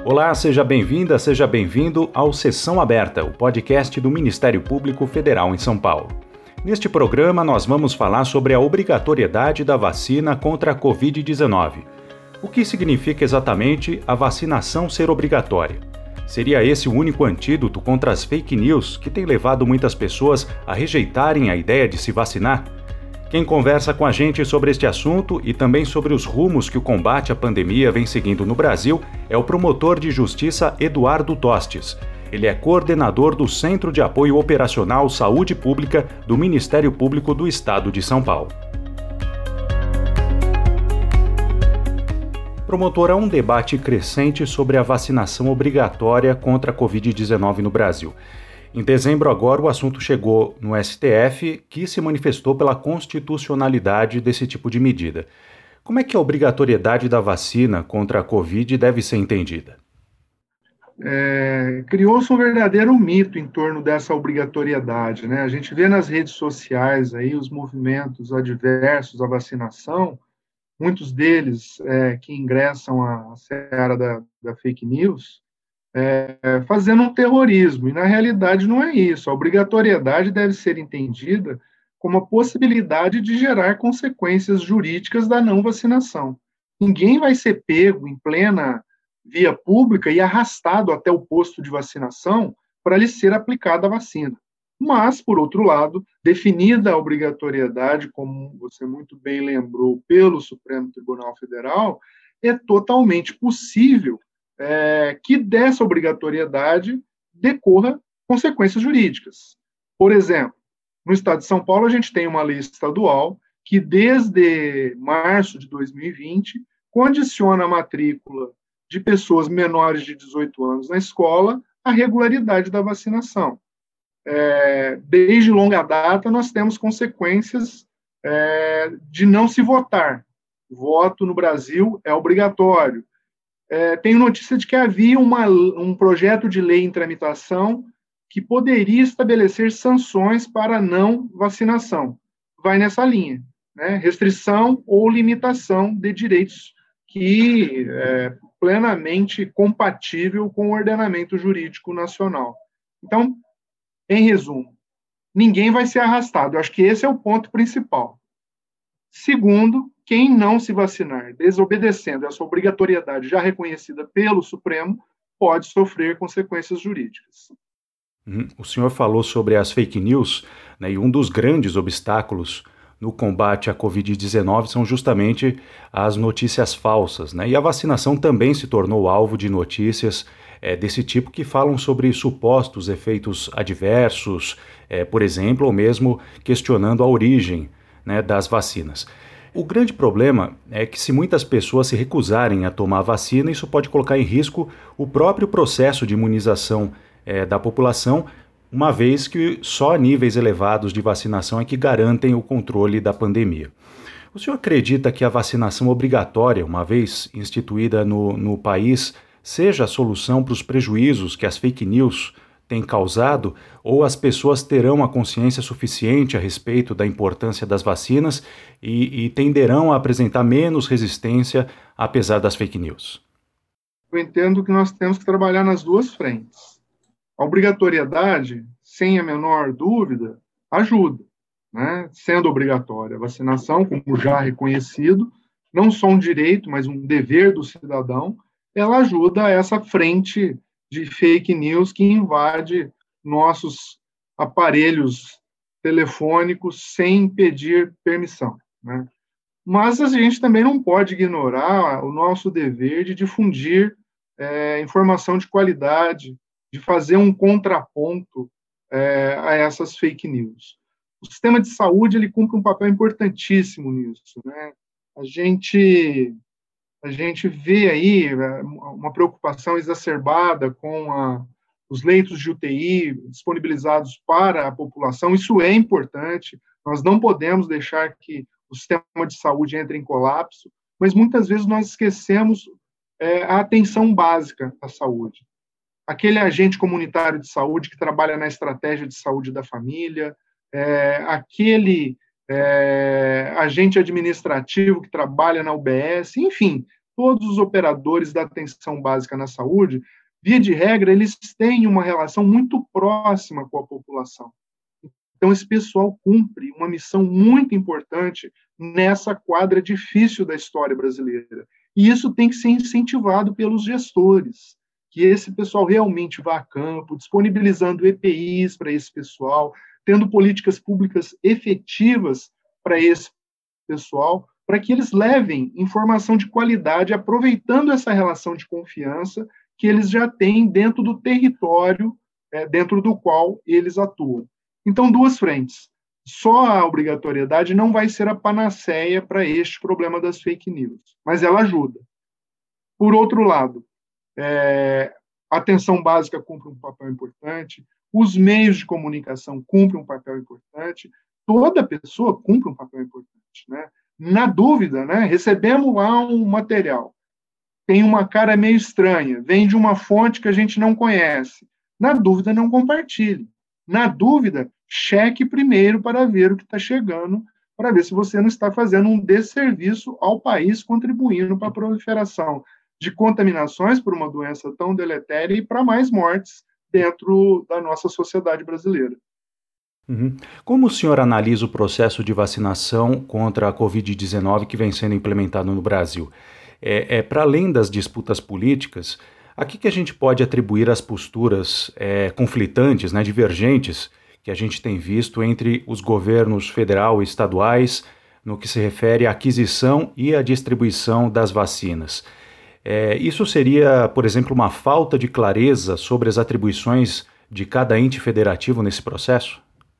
Olá, seja bem-vinda, seja bem-vindo ao Sessão Aberta, o podcast do Ministério Público Federal em São Paulo. Neste programa, nós vamos falar sobre a obrigatoriedade da vacina contra a Covid-19. O que significa exatamente a vacinação ser obrigatória? Seria esse o único antídoto contra as fake news que tem levado muitas pessoas a rejeitarem a ideia de se vacinar? Quem conversa com a gente sobre este assunto e também sobre os rumos que o combate à pandemia vem seguindo no Brasil é o promotor de justiça Eduardo Tostes. Ele é coordenador do Centro de Apoio Operacional Saúde Pública do Ministério Público do Estado de São Paulo. Promotor, há um debate crescente sobre a vacinação obrigatória contra a Covid-19 no Brasil. Em dezembro agora, o assunto chegou no STF, que se manifestou pela constitucionalidade desse tipo de medida. Como é que a obrigatoriedade da vacina contra a Covid deve ser entendida? Criou-se um verdadeiro mito em torno dessa obrigatoriedade, né? A gente vê nas redes sociais aí os movimentos adversos à vacinação, muitos deles que ingressam à seara da fake news, fazendo um terrorismo, e na realidade não é isso. A obrigatoriedade deve ser entendida como a possibilidade de gerar consequências jurídicas da não vacinação. Ninguém vai ser pego em plena via pública e arrastado até o posto de vacinação para lhe ser aplicada a vacina. Mas, por outro lado, definida a obrigatoriedade, como você muito bem lembrou, pelo Supremo Tribunal Federal, é totalmente possível que dessa obrigatoriedade decorra consequências jurídicas. Por exemplo, no Estado de São Paulo, a gente tem uma lei estadual que, desde março de 2020, condiciona a matrícula de pessoas menores de 18 anos na escola à regularidade da vacinação. Desde longa data, nós temos consequências de não se votar. O voto no Brasil é obrigatório. Tenho notícia de que havia um projeto de lei em tramitação que poderia estabelecer sanções para a não vacinação. Vai nessa linha, né? Restrição ou limitação de direitos que é plenamente compatível com o ordenamento jurídico nacional. Então, em resumo, ninguém vai ser arrastado. Eu acho que esse é o ponto principal. Segundo, quem não se vacinar, desobedecendo essa obrigatoriedade já reconhecida pelo Supremo, pode sofrer consequências jurídicas. O senhor falou sobre as fake news, né, e um dos grandes obstáculos no combate à Covid-19 são justamente as notícias falsas, né? E a vacinação também se tornou alvo de notícias desse tipo que falam sobre supostos efeitos adversos, por exemplo, ou mesmo questionando a origem, né, das vacinas. O grande problema é que se muitas pessoas se recusarem a tomar a vacina, isso pode colocar em risco o próprio processo de imunização da população, uma vez que só níveis elevados de vacinação é que garantem o controle da pandemia. O senhor acredita que a vacinação obrigatória, uma vez instituída no país, seja a solução para os prejuízos que as fake news têm causado, ou as pessoas terão a consciência suficiente a respeito da importância das vacinas e tenderão a apresentar menos resistência apesar das fake news? Eu entendo que nós temos que trabalhar nas duas frentes. A obrigatoriedade, sem a menor dúvida, ajuda, né? Sendo obrigatória. A vacinação, como já reconhecido, não só um direito, mas um dever do cidadão, ela ajuda essa frente de fake news que invade nossos aparelhos telefônicos sem pedir permissão, né? Mas a gente também não pode ignorar o nosso dever de difundir informação de qualidade, de fazer um contraponto a essas fake news. O sistema de saúde ele cumpre um papel importantíssimo nisso, né? A gente vê aí uma preocupação exacerbada com os leitos de UTI disponibilizados para a população. Isso é importante. Nós não podemos deixar que o sistema de saúde entre em colapso, mas muitas vezes nós esquecemos a atenção básica à saúde. Aquele agente comunitário de saúde que trabalha na estratégia de saúde da família, aquele agente administrativo que trabalha na UBS, enfim, todos os operadores da atenção básica na saúde, via de regra, eles têm uma relação muito próxima com a população. Então, esse pessoal cumpre uma missão muito importante nessa quadra difícil da história brasileira. E isso tem que ser incentivado pelos gestores, que esse pessoal realmente vá a campo, disponibilizando EPIs para esse pessoal, tendo políticas públicas efetivas para esse pessoal, para que eles levem informação de qualidade, aproveitando essa relação de confiança que eles já têm dentro do território dentro do qual eles atuam. Então, duas frentes. Só a obrigatoriedade não vai ser a panaceia para este problema das fake news, mas ela ajuda. Por outro lado, a atenção básica cumpre um papel importante, os meios de comunicação cumprem um papel importante, toda pessoa cumpre um papel importante, né? Na dúvida, né, recebemos lá um material, tem uma cara meio estranha, vem de uma fonte que a gente não conhece. Na dúvida, não compartilhe. Na dúvida, cheque primeiro para ver o que está chegando, para ver se você não está fazendo um desserviço ao país, contribuindo para a proliferação de contaminações por uma doença tão deletéria e para mais mortes dentro da nossa sociedade brasileira. Uhum. Como o senhor analisa o processo de vacinação contra a Covid-19 que vem sendo implementado no Brasil? Para além das disputas políticas, a que a gente pode atribuir as posturas conflitantes, né, divergentes, que a gente tem visto entre os governos federal e estaduais no que se refere à aquisição e à distribuição das vacinas? Isso seria, por exemplo, uma falta de clareza sobre as atribuições de cada ente federativo nesse processo?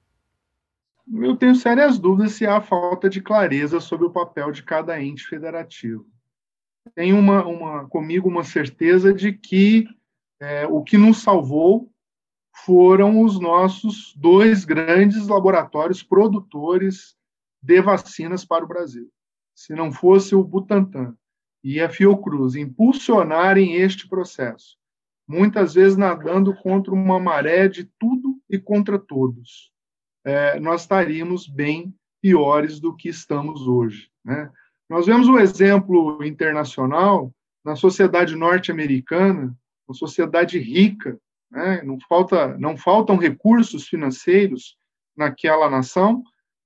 Eu tenho sérias dúvidas se há falta de clareza sobre o papel de cada ente federativo. Tenho comigo uma certeza de que o que nos salvou foram os nossos dois grandes laboratórios produtores de vacinas para o Brasil. Se não fosse o Butantan e a Fiocruz impulsionarem este processo, muitas vezes nadando contra uma maré de tudo e contra todos, nós estaríamos bem piores do que estamos hoje, né? Nós vemos um exemplo internacional na sociedade norte-americana, uma sociedade rica, né? Não faltam recursos financeiros naquela nação,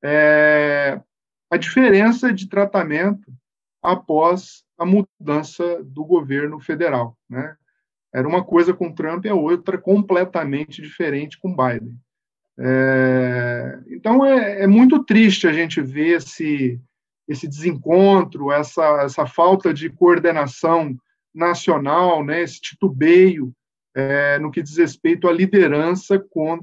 a diferença de tratamento após a mudança do governo federal, né? Era uma coisa com Trump e a outra completamente diferente com Biden. Então, é muito triste a gente ver esse desencontro, essa falta de coordenação nacional, né, esse titubeio no que diz respeito à liderança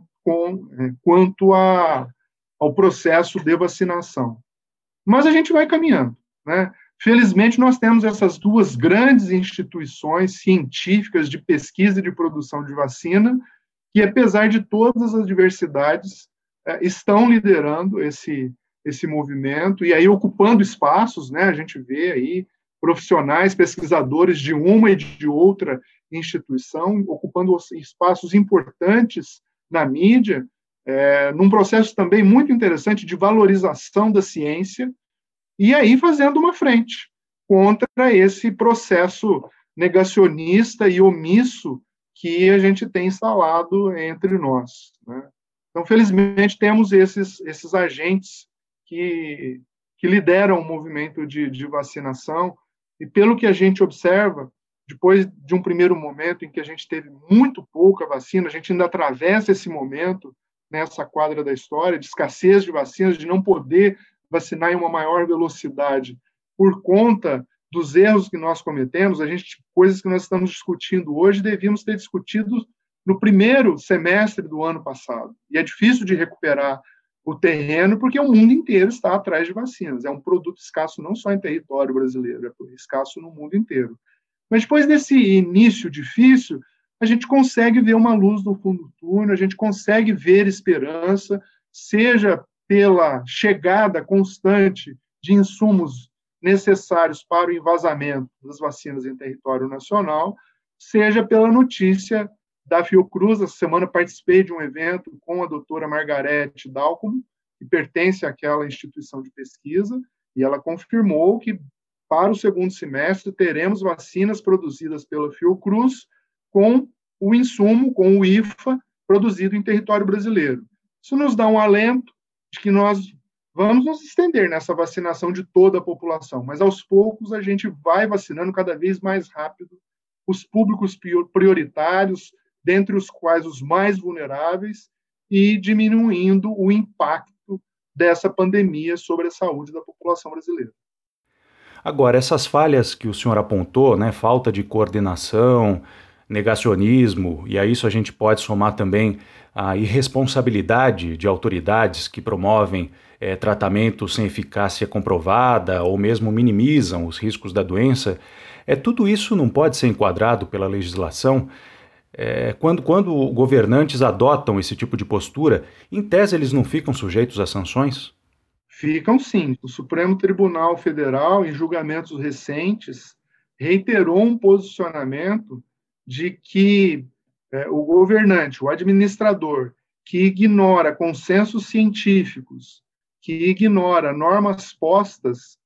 quanto ao processo de vacinação. Mas a gente vai caminhando, né? Felizmente, nós temos essas duas grandes instituições científicas de pesquisa e de produção de vacina, que, apesar de todas as diversidades, estão liderando esse movimento e aí ocupando espaços, né? A gente vê aí profissionais, pesquisadores de uma e de outra instituição ocupando espaços importantes na mídia, num processo também muito interessante de valorização da ciência, e aí fazendo uma frente contra esse processo negacionista e omisso que a gente tem instalado entre nós, né? Então, felizmente, temos esses agentes que lideram o movimento de vacinação, e pelo que a gente observa, depois de um primeiro momento em que a gente teve muito pouca vacina, a gente ainda atravessa esse momento nessa quadra da história de escassez de vacinas, de não poder vacinar em uma maior velocidade por conta dos erros que nós cometemos, coisas que nós estamos discutindo hoje, devíamos ter discutido no primeiro semestre do ano passado. E é difícil de recuperar o terreno, porque o mundo inteiro está atrás de vacinas. É um produto escasso não só em território brasileiro, é escasso no mundo inteiro. Mas depois desse início difícil, a gente consegue ver uma luz no fundo do túnel, a gente consegue ver esperança, seja pela chegada constante de insumos necessários para o envasamento das vacinas em território nacional, seja pela notícia da Fiocruz. Essa semana participei de um evento com a doutora Margarete Dalcom, que pertence àquela instituição de pesquisa, e ela confirmou que para o segundo semestre, teremos vacinas produzidas pela Fiocruz com o insumo, com o IFA, produzido em território brasileiro. Isso nos dá um alento de que nós vamos nos estender nessa vacinação de toda a população, mas aos poucos a gente vai vacinando cada vez mais rápido os públicos prioritários, dentre os quais os mais vulneráveis, e diminuindo o impacto dessa pandemia sobre a saúde da população brasileira. Agora, essas falhas que o senhor apontou, né, falta de coordenação, negacionismo, e a isso a gente pode somar também a irresponsabilidade de autoridades que promovem tratamentos sem eficácia comprovada ou mesmo minimizam os riscos da doença, tudo isso não pode ser enquadrado pela legislação. Quando governantes adotam esse tipo de postura, em tese eles não ficam sujeitos a sanções? Ficam sim. O Supremo Tribunal Federal, em julgamentos recentes, reiterou um posicionamento de que o governante, o administrador, que ignora consensos científicos, que ignora normas postas,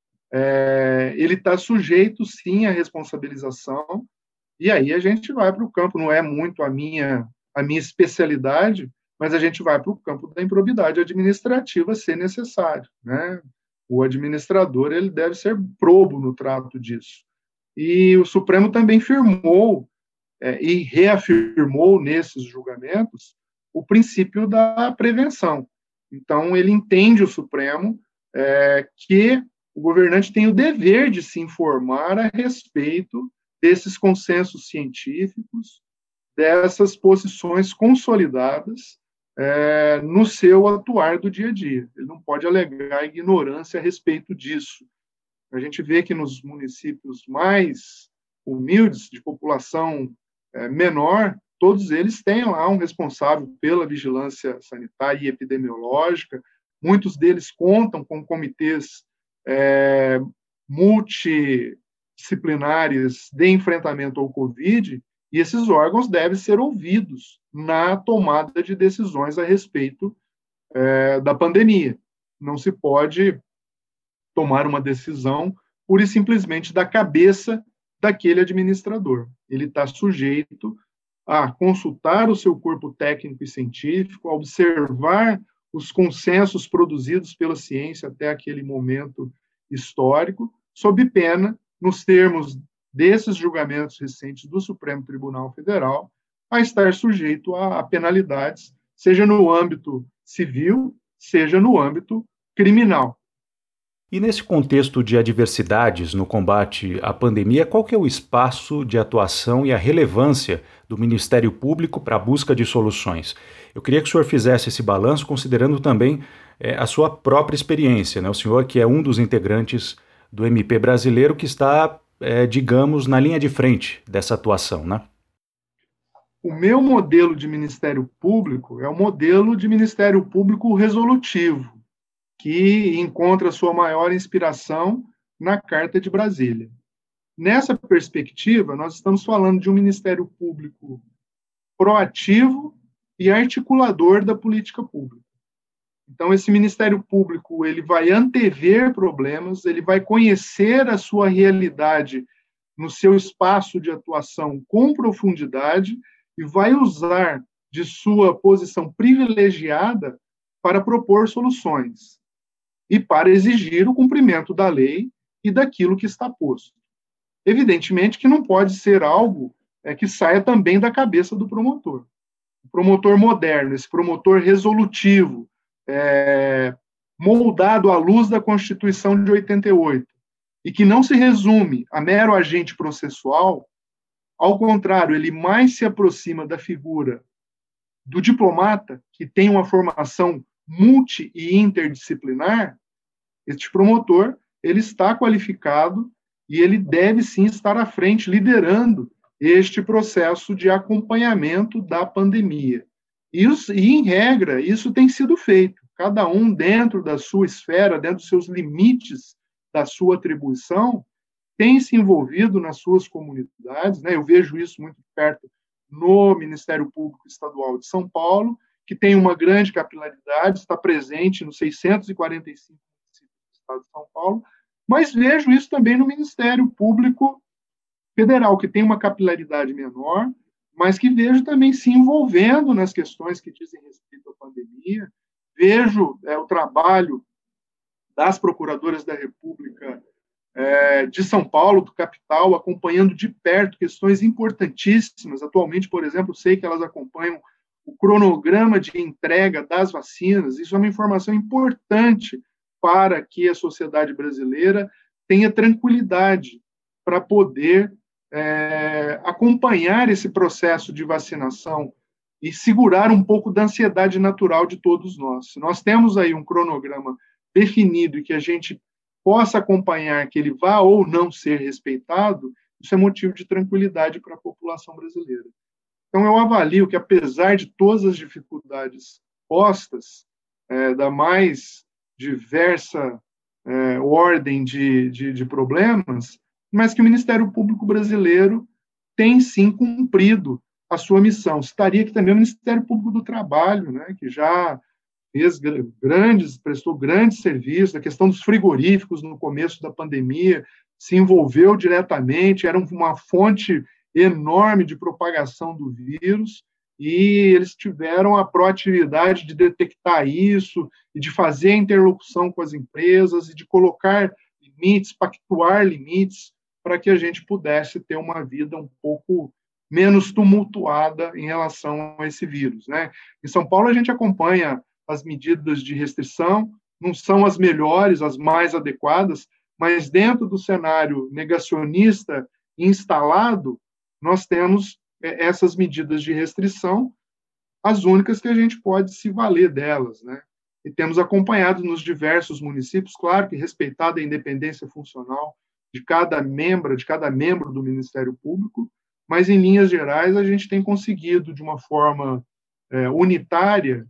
ele está sujeito, sim, à responsabilização. E aí a gente vai para o campo, não é muito a minha especialidade, mas a gente vai para o campo da improbidade administrativa se necessário, né? O administrador ele deve ser probo no trato disso. E o Supremo também firmou e reafirmou nesses julgamentos o princípio da prevenção. Então, ele entende, o Supremo, que o governante tem o dever de se informar a respeito desses consensos científicos, dessas posições consolidadas no seu atuar do dia a dia. Ele não pode alegar ignorância a respeito disso. A gente vê que nos municípios mais humildes, de população menor, todos eles têm lá um responsável pela vigilância sanitária e epidemiológica. Muitos deles contam com comitês multidisciplinares de enfrentamento ao Covid, e esses órgãos devem ser ouvidos na tomada de decisões a respeito da pandemia. Não se pode tomar uma decisão pura e simplesmente da cabeça daquele administrador. Ele está sujeito a consultar o seu corpo técnico e científico, a observar os consensos produzidos pela ciência até aquele momento histórico, sob pena, nos termos desses julgamentos recentes do Supremo Tribunal Federal, a estar sujeito a penalidades, seja no âmbito civil, seja no âmbito criminal. E nesse contexto de adversidades no combate à pandemia, qual que é o espaço de atuação e a relevância do Ministério Público para a busca de soluções? Eu queria que o senhor fizesse esse balanço considerando também a sua própria experiência, né? O senhor que é um dos integrantes do MP brasileiro que está, digamos, na linha de frente dessa atuação, né? O meu modelo de Ministério Público é o modelo de Ministério Público resolutivo, que encontra sua maior inspiração na Carta de Brasília. Nessa perspectiva, nós estamos falando de um Ministério Público proativo e articulador da política pública. Então, esse Ministério Público ele vai antever problemas, ele vai conhecer a sua realidade no seu espaço de atuação com profundidade e vai usar de sua posição privilegiada para propor soluções e para exigir o cumprimento da lei e daquilo que está posto. Evidentemente que não pode ser algo que saia também da cabeça do promotor. O promotor moderno, esse promotor resolutivo, moldado à luz da Constituição de 88, e que não se resume a mero agente processual, ao contrário, ele mais se aproxima da figura do diplomata, que tem uma formação multi e interdisciplinar. Este promotor, ele está qualificado e ele deve sim estar à frente, liderando este processo de acompanhamento da pandemia. E, em regra, isso tem sido feito, cada um dentro da sua esfera, dentro dos seus limites da sua atribuição, tem se envolvido nas suas comunidades, né? Eu vejo isso muito perto no Ministério Público Estadual de São Paulo, que tem uma grande capilaridade, está presente nos 645 municípios do estado de São Paulo, Mas vejo isso também no Ministério Público Federal, que tem uma capilaridade menor, mas que vejo também se envolvendo nas questões que dizem respeito à pandemia. Vejo o trabalho das procuradoras da República de São Paulo, do capital, acompanhando de perto questões importantíssimas. Atualmente, por exemplo, sei que elas acompanham o cronograma de entrega das vacinas. Isso é uma informação importante para que a sociedade brasileira tenha tranquilidade para poder acompanhar esse processo de vacinação e segurar um pouco da ansiedade natural de todos nós. Se nós temos aí um cronograma definido e que a gente possa acompanhar que ele vá ou não ser respeitado, isso é motivo de tranquilidade para a população brasileira. Então, eu avalio que, apesar de todas as dificuldades postas, da mais diversa ordem de problemas, mas que o Ministério Público brasileiro tem, sim, cumprido a sua missão. Estaria aqui também o Ministério Público do Trabalho, né, que já prestou grandes serviços, a questão dos frigoríficos no começo da pandemia, se envolveu diretamente, era uma fonte enorme de propagação do vírus, e eles tiveram a proatividade de detectar isso e de fazer a interlocução com as empresas e de colocar limites, pactuar limites para que a gente pudesse ter uma vida um pouco menos tumultuada em relação a esse vírus, né? Em São Paulo, a gente acompanha as medidas de restrição, não são as melhores, as mais adequadas, mas dentro do cenário negacionista instalado, nós temos essas medidas de restrição, as únicas que a gente pode se valer delas, né? E temos acompanhado nos diversos municípios, claro que respeitada a independência funcional de cada membro do Ministério Público, mas, em linhas gerais, a gente tem conseguido, de uma forma unitária,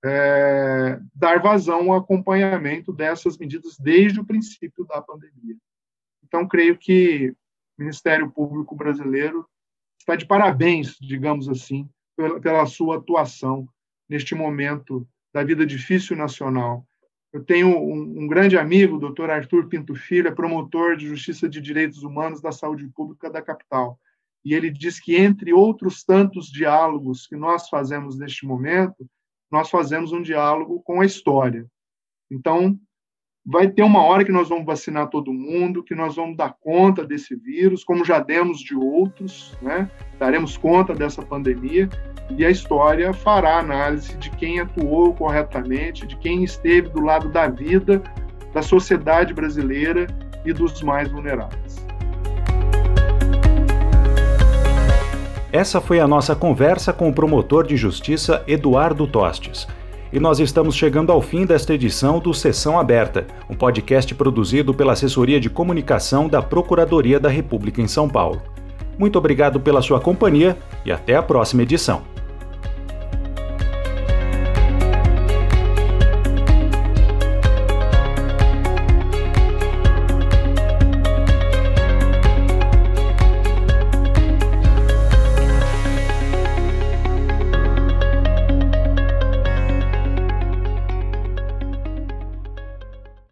dar vazão ao acompanhamento dessas medidas desde o princípio da pandemia. Então, creio que o Ministério Público brasileiro está de parabéns, digamos assim, pela sua atuação neste momento da vida difícil nacional. Eu tenho um grande amigo, o doutor Arthur Pinto Filho, é promotor de Justiça de Direitos Humanos da Saúde Pública da capital. E ele diz que, entre outros tantos diálogos que nós fazemos neste momento, nós fazemos um diálogo com a história. Então, vai ter uma hora que nós vamos vacinar todo mundo, que nós vamos dar conta desse vírus, como já demos de outros, né? Daremos conta dessa pandemia, e a história fará análise de quem atuou corretamente, de quem esteve do lado da vida, da sociedade brasileira e dos mais vulneráveis. Essa foi a nossa conversa com o promotor de justiça Eduardo Tostes. E nós estamos chegando ao fim desta edição do Sessão Aberta, um podcast produzido pela Assessoria de Comunicação da Procuradoria da República em São Paulo. Muito obrigado pela sua companhia e até a próxima edição.